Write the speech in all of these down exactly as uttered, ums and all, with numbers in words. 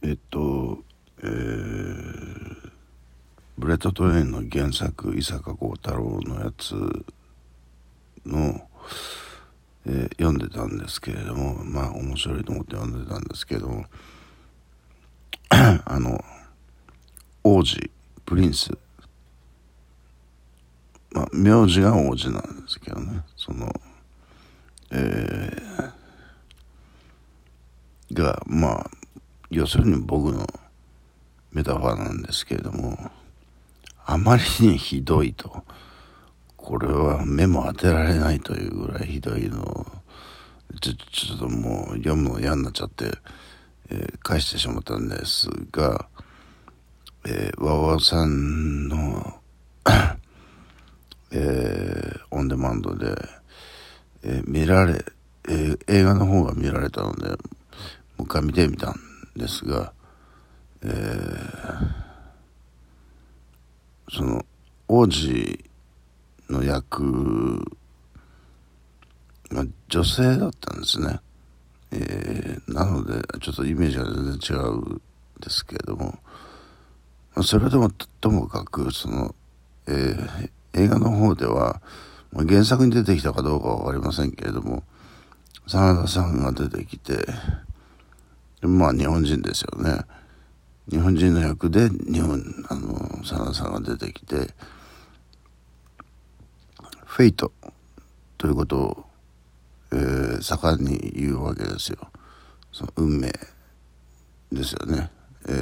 えっと、えー、ブレット・トレインの原作伊坂幸太郎のやつの、えー、読んでたんですけれども、まあ面白いと思って読んでたんですけどもあの王子プリンス、まあ名字が王子なんですけどね、そのえー、がまあ要するに僕のメタファーなんですけれども、あまりにひどいと、これは目も当てられないというぐらいひどいのをちょ、ちょっともう読むの嫌になっちゃって、えー、返してしまったんですが、えー、わわさんの、えー、オンデマンドで、えー、見られ、えー、映画の方が見られたのでもう一回見てみたんですが、えー、その王子の役が女性だったんですね。えー、なのでちょっとイメージが全然違うんですけれども、それでもともかくその、えー、映画の方では原作に出てきたかどうかは分かりませんけれども、真田さんが出てきて、まあ日本人ですよね。日本人の役で日本あの真田さんが出てきて、フェイトということを、えー、盛んに言うわけですよ。その運命ですよね。え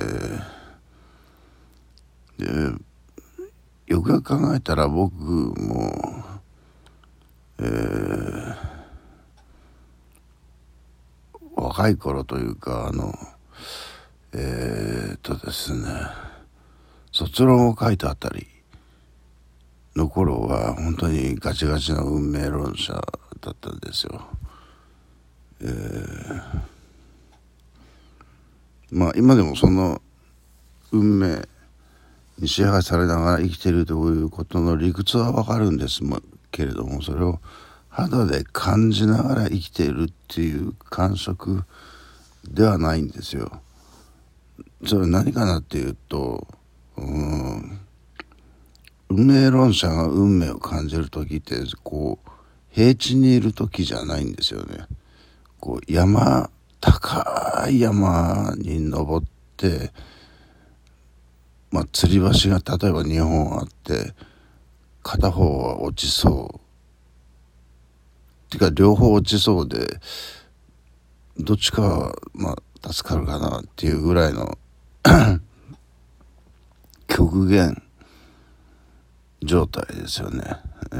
ー、でよくよく考えたら僕も、えー、若い頃というかあのえー、っとですね卒論を書いたあたりの頃は本当にガチガチの運命論者だったんですよ。えー、まあ今でもその運命に支配されながら生きているということの理屈はわかるんですけれども、それを肌で感じながら生きているっていう感触ではないんですよ。それは何かなっていうと、うーん運命論者が運命を感じる時ってこう平地にいる時じゃないんですよね。こう山高い山に登って、まあ吊り橋が例えばにほんあって片方は落ちそうっていうか両方落ちそうで、どっちかはまあ助かるかなっていうぐらいの極限状態ですよね。え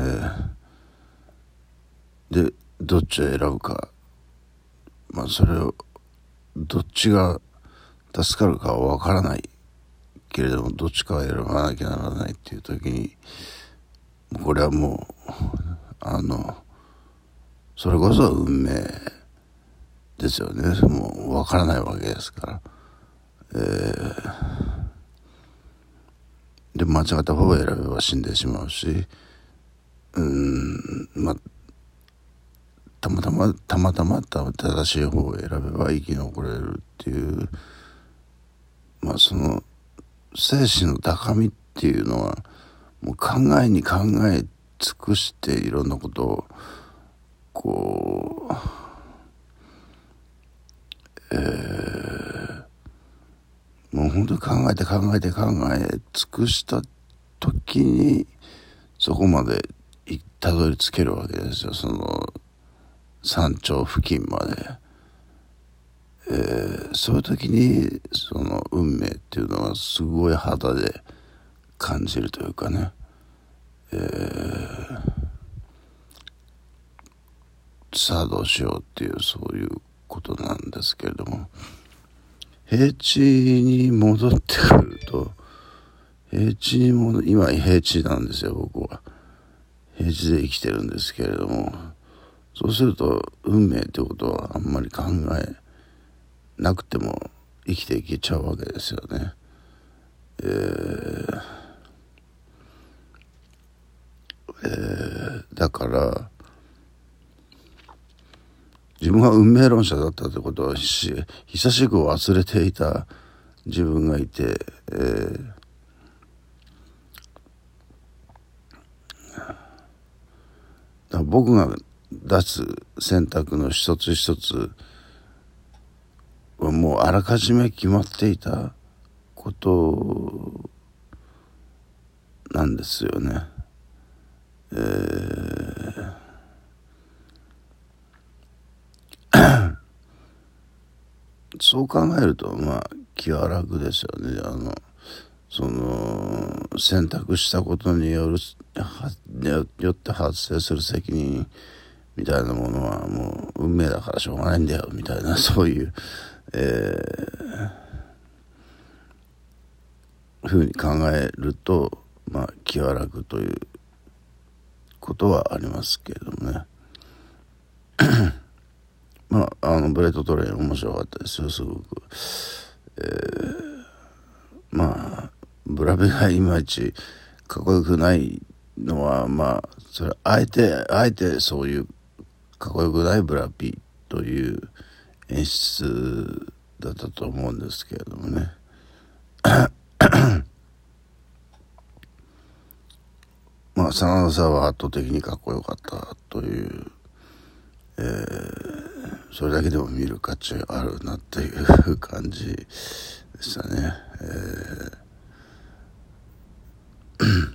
ー、でどっちを選ぶか、まあそれをどっちが助かるかは分からないけれども、どっちかを選ばなきゃならないっていう時に、これはもうあのそれこそ運命ですよね。もう分からないわけですから、えー、で間違った方を選べば死んでしまうし、うーんまあたまたまたまたま正しい方を選べば生き残れるっていう、まあその精神の高みっていうのはもう考えに考え尽くしていろんなことをこう、えー、もう本当に考えて考えて考え尽くした時にそこまでたどり着けるわけですよ。その山頂付近まで、えー、そういう時にその運命っていうのはすごい肌で感じるというかね、えー、さあどうしようっていうそういうことなんですけれども、平地に戻ってくると、平地に戻今平地なんですよ。僕は平地で生きてるんですけれども、そうすると運命ってことはあんまり考えなくても生きていけちゃうわけですよね。えーえー、だから自分が運命論者だったってことは久しく忘れていた自分がいて、えー、だ僕が出す選択の一つ一つはもうあらかじめ決まっていたことなんですよね。えーそう考えるとまあ気は楽ですよね。あのその選択したことによるよって発生する責任みたいなものはもう運命だからしょうがないんだよみたいな、そういう、えー、ふうに考えるとまあ気は楽ということはありますけれどもね。まあ、あのブレッドトレイン面白かったですよ、すごく。えー、まあブラピがいまいちかっこよくないのはまあそれあえてあえてそういうかっこよくないブラピという演出だったと思うんですけれどもね。まあ真田さんは圧倒的にかっこよかったという、えーそれだけでも見る価値あるなっていう感じでしたね。えー、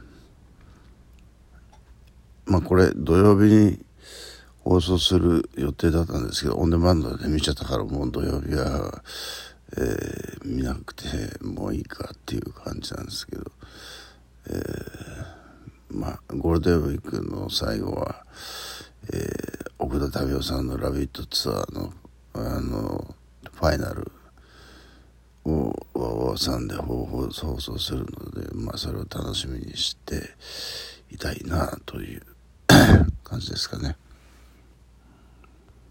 まあこれ土曜日に放送する予定だったんですけど、オンデマンドで見ちゃったからもう土曜日は、えー、見なくてもういいかっていう感じなんですけど、えー、まあゴールデンウィークの最後は、えー、奥田民生さんのラビットツアーのあのファイナルをワワさんで放送するので、まあそれを楽しみにしていたいなという感じですかね。